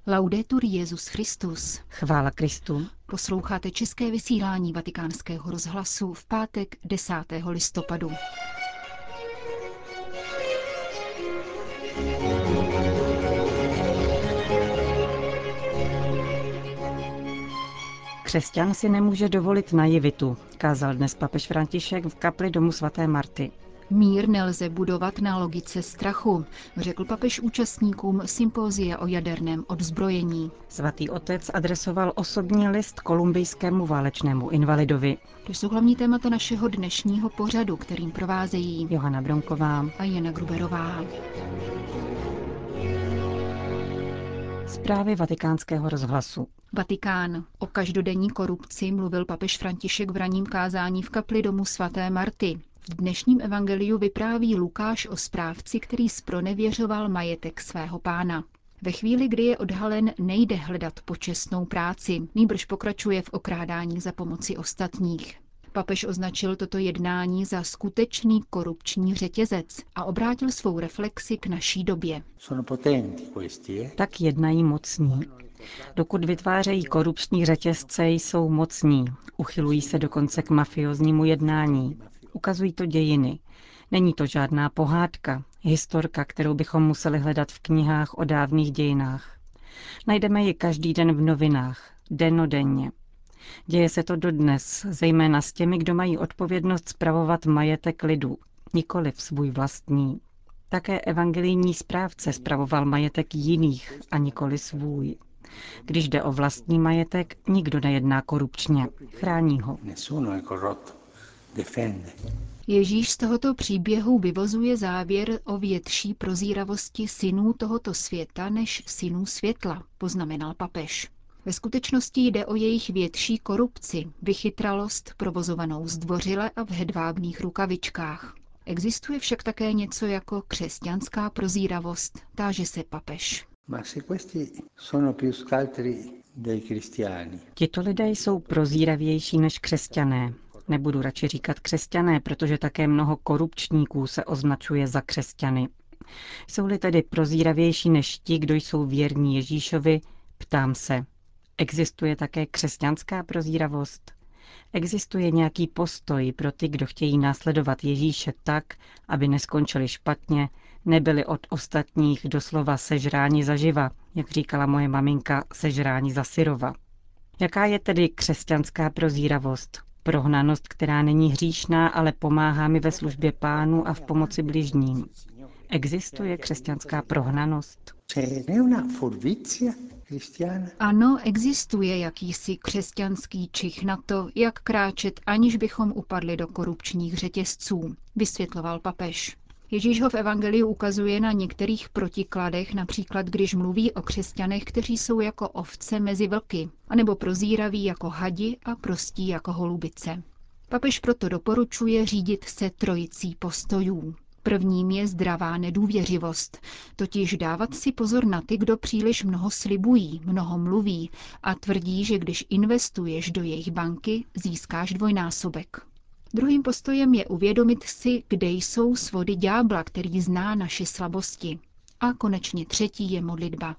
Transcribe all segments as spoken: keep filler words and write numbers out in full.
Laudetur Jesus Christus. Chvála Kristu. Posloucháte české vysílání Vatikánského rozhlasu v pátek desátého listopadu. Křesťan si nemůže dovolit naivitu, kázal dnes papež František v kapli domu svaté Marty. Mír nelze budovat na logice strachu, řekl papež účastníkům sympózia o jaderném odzbrojení. Svatý otec adresoval osobní list kolumbijskému válečnému invalidovi. To jsou hlavní témata našeho dnešního pořadu, kterým provázejí Johana Bronková a Jana Gruberová. Zprávy Vatikánského rozhlasu. Vatikán. O každodenní korupci mluvil papež František v ranním kázání v kapli domu svaté Marty. V dnešním evangeliu vypráví Lukáš o správci, který zpronevěřoval majetek svého pána. Ve chvíli, kdy je odhalen, nejde hledat počestnou práci, nýbrž pokračuje v okrádání za pomoci ostatních. Papež označil toto jednání za skutečný korupční řetězec a obrátil svou reflexi k naší době. Tak jednají mocní. Dokud vytvářejí korupční řetězce, jsou mocní. Uchylují se dokonce k mafioznímu jednání. Ukazují to dějiny. Není to žádná pohádka, historka, kterou bychom museli hledat v knihách o dávných dějinách. Najdeme ji každý den v novinách, dennodenně. Děje se to dodnes, zejména s těmi, kdo mají odpovědnost spravovat majetek lidu, nikoliv svůj vlastní. Také evangelijní správce spravoval majetek jiných a nikoli svůj. Když jde o vlastní majetek, nikdo nejedná korupčně, chrání ho. Ježíš z tohoto příběhu vyvozuje závěr o větší prozíravosti synů tohoto světa než synů světla, poznamenal papež. Ve skutečnosti jde o jejich větší korupci, vychytralost provozovanou zdvořile a v hedvábných rukavičkách. Existuje však také něco jako křesťanská prozíravost, táže se papež. Tito lidé jsou prozíravější než křesťané. Nebudu radši říkat křesťané, protože také mnoho korupčníků se označuje za křesťany. Jsou-li tedy prozíravější než ti, kdo jsou věrní Ježíšovi, ptám se, existuje také křesťanská prozíravost? Existuje nějaký postoj pro ty, kdo chtějí následovat Ježíše tak, aby neskončili špatně, nebyli od ostatních doslova sežráni zaživa, jak říkala moje maminka, sežráni za syrova. Jaká je tedy křesťanská prozíravost? Prohnanost, která není hříšná, ale pomáhá mi ve službě Pánu a v pomoci bližním. Existuje křesťanská prohnanost? Ano, existuje jakýsi křesťanský čich na to, jak kráčet, aniž bychom upadli do korupčních řetězců, vysvětloval papež. Ježíš ho v evangeliu ukazuje na některých protikladech, například když mluví o křesťanech, kteří jsou jako ovce mezi vlky, anebo prozíraví jako hadi a prostí jako holubice. Papež proto doporučuje řídit se trojicí postojů. Prvním je zdravá nedůvěřivost, totiž dávat si pozor na ty, kdo příliš mnoho slibují, mnoho mluví a tvrdí, že když investuješ do jejich banky, získáš dvojnásobek. Druhým postojem je uvědomit si, kde jsou svody ďábla, který zná naše slabosti. A konečně třetí je modlitba.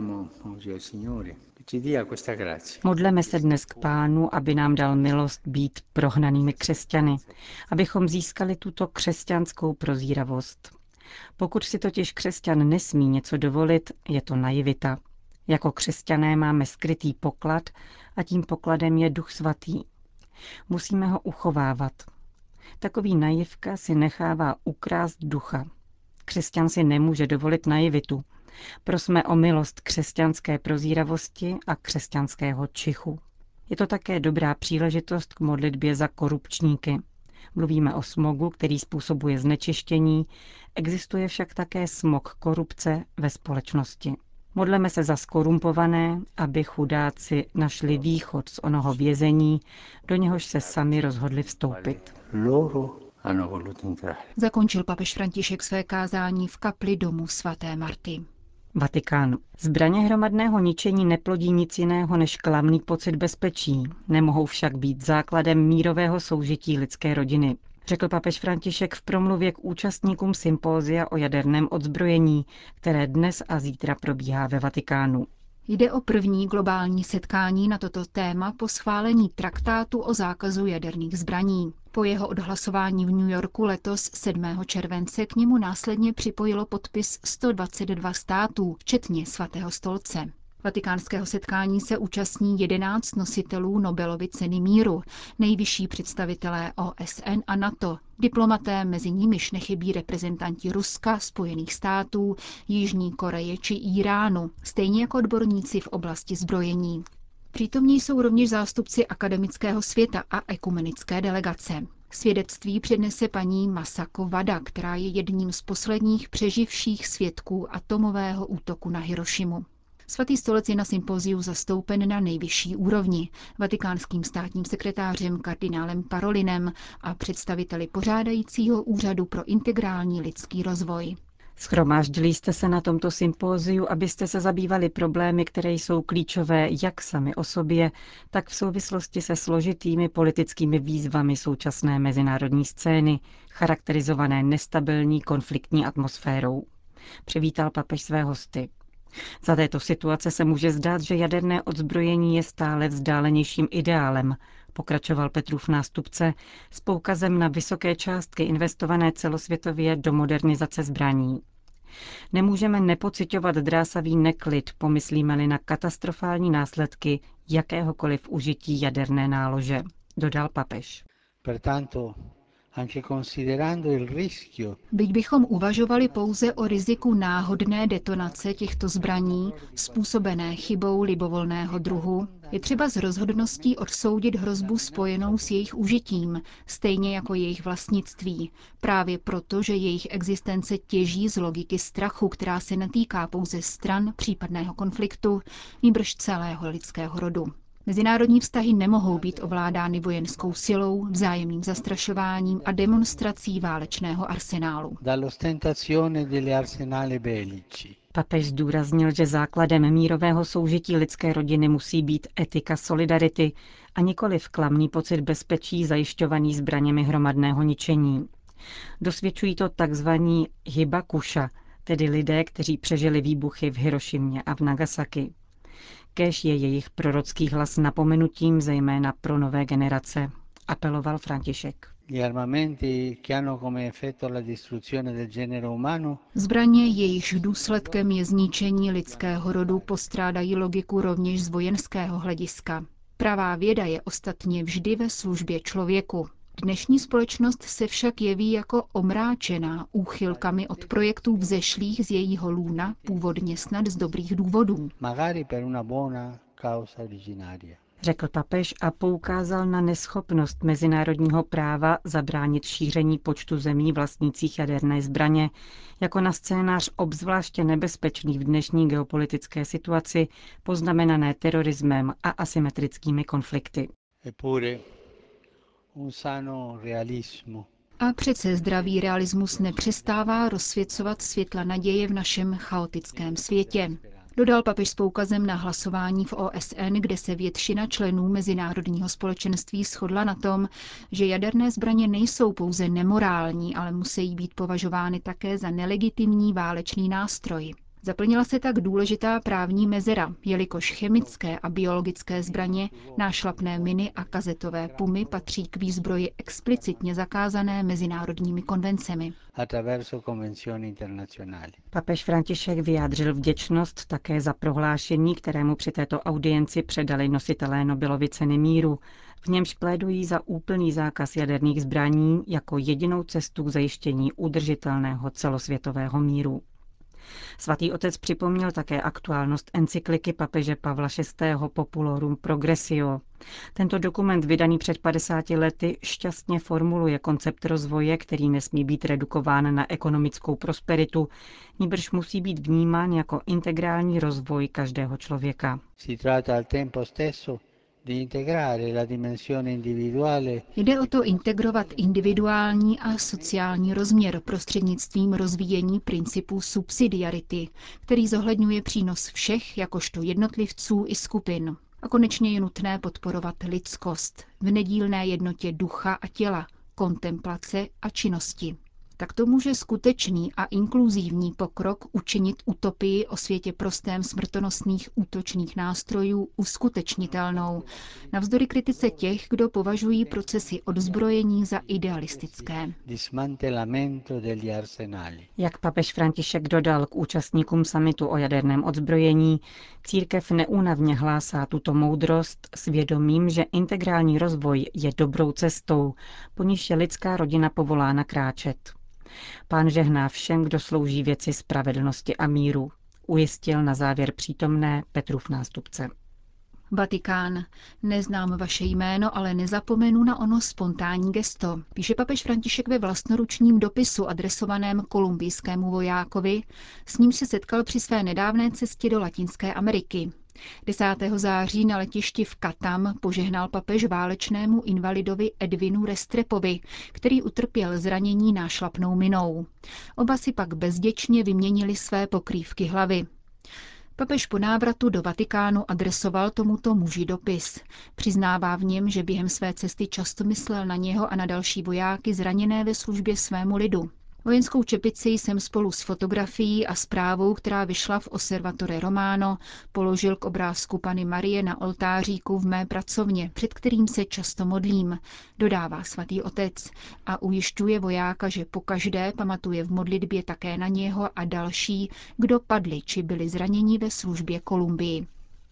Modleme se dnes k Pánu, aby nám dal milost být prohnanými křesťany, abychom získali tuto křesťanskou prozíravost. Pokud si totiž křesťan nesmí něco dovolit, je to naivita. Jako křesťané máme skrytý poklad a tím pokladem je Duch Svatý. Musíme ho uchovávat. Takový naivka si nechává ukrást ducha. Křesťan si nemůže dovolit naivitu. Prosme o milost křesťanské prozíravosti a křesťanského čichu. Je to také dobrá příležitost k modlitbě za korupčníky. Mluvíme o smogu, který způsobuje znečištění, existuje však také smog korupce ve společnosti. Modleme se za skorumpované, aby chudáci našli východ z onoho vězení, do něhož se sami rozhodli vstoupit. Zakončil papež František své kázání v kapli domu svaté Marty. Vatikán. Zbraně hromadného ničení neplodí nic jiného než klamný pocit bezpečí, nemohou však být základem mírového soužití lidské rodiny, řekl papež František v promluvě k účastníkům sympózia o jaderném odzbrojení, které dnes a zítra probíhá ve Vatikánu. Jde o první globální setkání na toto téma po schválení traktátu o zákazu jaderných zbraní. Po jeho odhlasování v New Yorku letos sedmého července k němu následně připojilo podpis sto dvacet dva států, včetně Svatého stolce. Vatikánského setkání se účastní jedenáct nositelů Nobelovy ceny míru, nejvyšší představitelé O S N a NATO, diplomaté, mezi nimiž nechybí reprezentanti Ruska, Spojených států, Jižní Koreje či Íránu, stejně jako odborníci v oblasti zbrojení. Přítomní jsou rovněž zástupci akademického světa a ekumenické delegace. Svědectví přednese paní Masako Wada, která je jedním z posledních přeživších svědků atomového útoku na Hirošimu. Svatý stolec je na sympóziu zastoupen na nejvyšší úrovni, vatikánským státním sekretářem kardinálem Parolinem a představiteli pořádajícího úřadu pro integrální lidský rozvoj. Schromáždili jste se na tomto sympóziu, abyste se zabývali problémy, které jsou klíčové jak sami o sobě, tak v souvislosti se složitými politickými výzvami současné mezinárodní scény, charakterizované nestabilní konfliktní atmosférou. Přivítal papež své hosty. Za této situace se může zdát, že jaderné odzbrojení je stále vzdálenějším ideálem, pokračoval Petrův nástupce s poukazem na vysoké částky investované celosvětově do modernizace zbraní. Nemůžeme nepociťovat drásavý neklid, pomyslíme-li na katastrofální následky jakéhokoliv užití jaderné nálože, dodal papež. Byť bychom uvažovali pouze o riziku náhodné detonace těchto zbraní, způsobené chybou libovolného druhu, je třeba s rozhodností odsoudit hrozbu spojenou s jejich užitím, stejně jako jejich vlastnictví, právě proto, že jejich existence těží z logiky strachu, která se netýká pouze stran případného konfliktu, nýbrž celého lidského rodu. Mezinárodní vztahy nemohou být ovládány vojenskou silou, vzájemným zastrašováním a demonstrací válečného arsenálu. Papež zdůraznil, že základem mírového soužití lidské rodiny musí být etika solidarity a nikoliv klamný pocit bezpečí zajišťovaný zbraněmi hromadného ničení. Dosvědčují to takzvaní hibakuša, tedy lidé, kteří přežili výbuchy v Hirošimě a v Nagasaki. Kéž je jejich prorocký hlas napomenutím zejména pro nové generace, apeloval František. Zbraně, jejichž důsledkem je zničení lidského rodu, postrádají logiku rovněž z vojenského hlediska. Pravá věda je ostatně vždy ve službě člověku. Dnešní společnost se však jeví jako omráčená úchylkami od projektů vzešlých z jejího lůna, původně snad z dobrých důvodů. Řekl papež a poukázal na neschopnost mezinárodního práva zabránit šíření počtu zemí vlastnících jaderné zbraně, jako na scénář obzvláště nebezpečný v dnešní geopolitické situaci, poznamenané terorismem a asymetrickými konflikty. A přece zdravý realismus nepřestává rozsvěcovat světla naděje v našem chaotickém světě. Dodal papež s poukazem na hlasování v O S N, kde se většina členů mezinárodního společenství shodla na tom, že jaderné zbraně nejsou pouze nemorální, ale musí být považovány také za nelegitimní válečný nástroj. Zaplnila se tak důležitá právní mezera, jelikož chemické a biologické zbraně, nášlapné miny a kazetové pumy patří k výzbroji explicitně zakázané mezinárodními konvencemi. Papež František vyjádřil vděčnost také za prohlášení, kterému při této audienci předali nositelé Nobelovy ceny míru, v němž plédují za úplný zákaz jaderných zbraní jako jedinou cestu k zajištění udržitelného celosvětového míru. Svatý otec připomněl také aktuálnost encykliky papeže Pavla šestého. Populorum Progressio. Tento dokument, vydaný před padesáti lety, šťastně formuluje koncept rozvoje, který nesmí být redukován na ekonomickou prosperitu, nýbrž musí být vnímán jako integrální rozvoj každého člověka. Jde o to integrovat individuální a sociální rozměr prostřednictvím rozvíjení principu subsidiarity, který zohledňuje přínos všech jakožto jednotlivců i skupin. A konečně je nutné podporovat lidskost v nedílné jednotě ducha a těla, kontemplace a činnosti. Tak to může skutečný a inkluzivní pokrok učinit utopii o světě prostém smrtonosných útočných nástrojů uskutečnitelnou, navzdory kritice těch, kdo považují procesy odzbrojení za idealistické. Jak papež František dodal k účastníkům summitu o jaderném odzbrojení, církev neúnavně hlásá tuto moudrost s vědomím, že integrální rozvoj je dobrou cestou, po níž je lidská rodina povolána kráčet. Pán žehná všem, kdo slouží věci spravedlnosti a míru, ujistil na závěr přítomné Petrův nástupce. Vatikán. Neznám vaše jméno, ale nezapomenu na ono spontánní gesto, píše papež František ve vlastnoručním dopisu adresovaném kolumbijskému vojákovi, s ním se setkal při své nedávné cestě do Latinské Ameriky. desátého září na letišti v Catam požehnal papež válečnému invalidovi Edwinu Restrepovi, který utrpěl zranění nášlapnou minou. Oba si pak bezděčně vyměnili své pokrývky hlavy. Papež po návratu do Vatikánu adresoval tomuto muži dopis. Přiznává v něm, že během své cesty často myslel na něho a na další vojáky zraněné ve službě svému lidu. Vojenskou čepici jsem spolu s fotografií a zprávou, která vyšla v Osservatore Romano, položil k obrázku Panny Marie na oltáříku v mé pracovně, před kterým se často modlím, dodává svatý otec a ujišťuje vojáka, že pokaždé pamatuje v modlitbě také na něho a další, kdo padli či byli zraněni ve službě Kolumbii.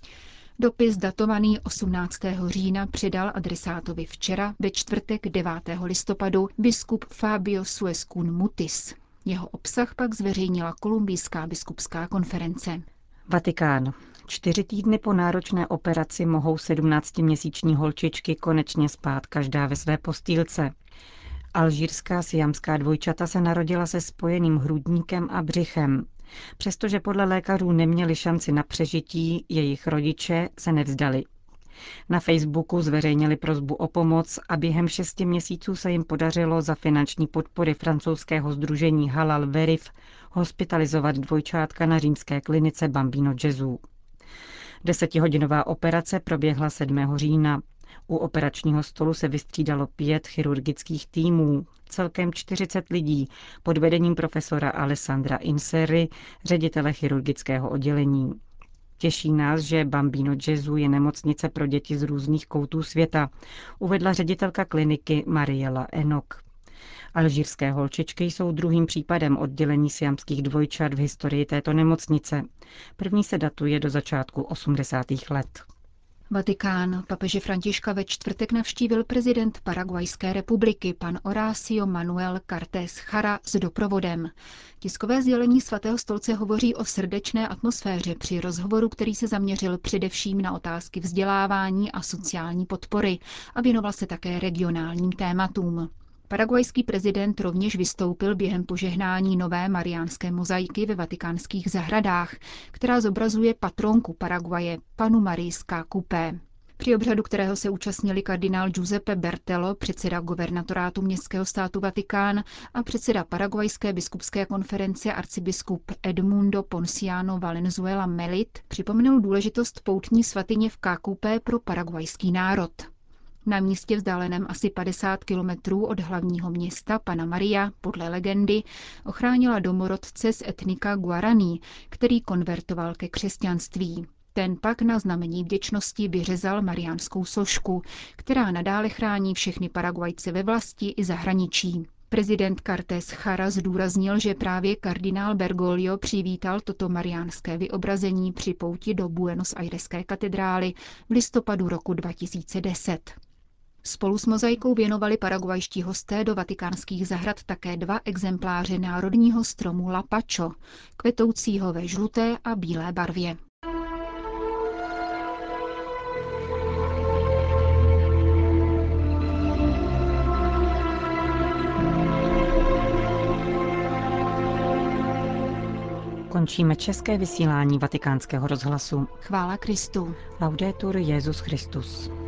Dopis datovaný osmnáctého října předal adresátovi včera ve čtvrtek devátého listopadu biskup Fabio Suescun Mutis. Jeho obsah pak zveřejnila Kolumbijská biskupská konference. Vatikán. Čtyři týdny po náročné operaci mohou sedmnáctiměsíční holčičky konečně spát každá ve své postýlce. Alžírská siamská dvojčata se narodila se spojeným hrudníkem a břichem. Přestože podle lékařů neměli šanci na přežití, jejich rodiče se nevzdali. Na Facebooku zveřejnili prosbu o pomoc a během šesti měsíců se jim podařilo za finanční podpory francouzského sdružení Halal Verif hospitalizovat dvojčátka na římské klinice Bambino Gesù. Desetihodinová operace proběhla sedmého října. U operačního stolu se vystřídalo pět chirurgických týmů, celkem čtyřicet lidí pod vedením profesora Alessandra Inserry, ředitele chirurgického oddělení. Těší nás, že Bambino Gesù je nemocnice pro děti z různých koutů světa, uvedla ředitelka kliniky Mariela Enok. Alžírské holčičky jsou druhým případem oddělení siamských dvojčat v historii této nemocnice. První se datuje do začátku osmdesátých let. Vatikán. Papeže Františka ve čtvrtek navštívil prezident Paraguajské republiky, pan Horacio Manuel Cartes Jara s doprovodem. Tiskové sdělení svatého stolce hovoří o srdečné atmosféře při rozhovoru, který se zaměřil především na otázky vzdělávání a sociální podpory a věnoval se také regionálním tématům. Paraguajský prezident rovněž vystoupil během požehnání nové mariánské mozaiky ve vatikánských zahradách, která zobrazuje patronku Paraguaje, panu Marii Scacupé. Při obřadu, kterého se účastnili kardinál Giuseppe Bertelo, předseda guvernatorátu městského státu Vatikán a předseda Paraguajské biskupské konference arcibiskup Edmundo Ponciano Valenzuela Melit, připomenul důležitost poutní svatyně v Cacupé pro paraguajský národ. Na místě vzdáleném asi padesát kilometrů od hlavního města Panna Maria, podle legendy, ochránila domorodce z etnika Guaraní, který konvertoval ke křesťanství. Ten pak na znamení vděčnosti vyřezal mariánskou sošku, která nadále chrání všechny Paraguajce ve vlasti i zahraničí. Prezident Cartes Jara zdůraznil, že právě kardinál Bergoglio přivítal toto mariánské vyobrazení při pouti do Buenos Aireské katedrály v listopadu roku dva tisíce deset. Spolu s mozaikou věnovali paraguajští hosté do vatikánských zahrad také dva exempláře národního stromu Lapacho, kvetoucího ve žluté a bílé barvě. Končíme české vysílání Vatikánského rozhlasu. Chvála Kristu. Laudetur Jesus Christus.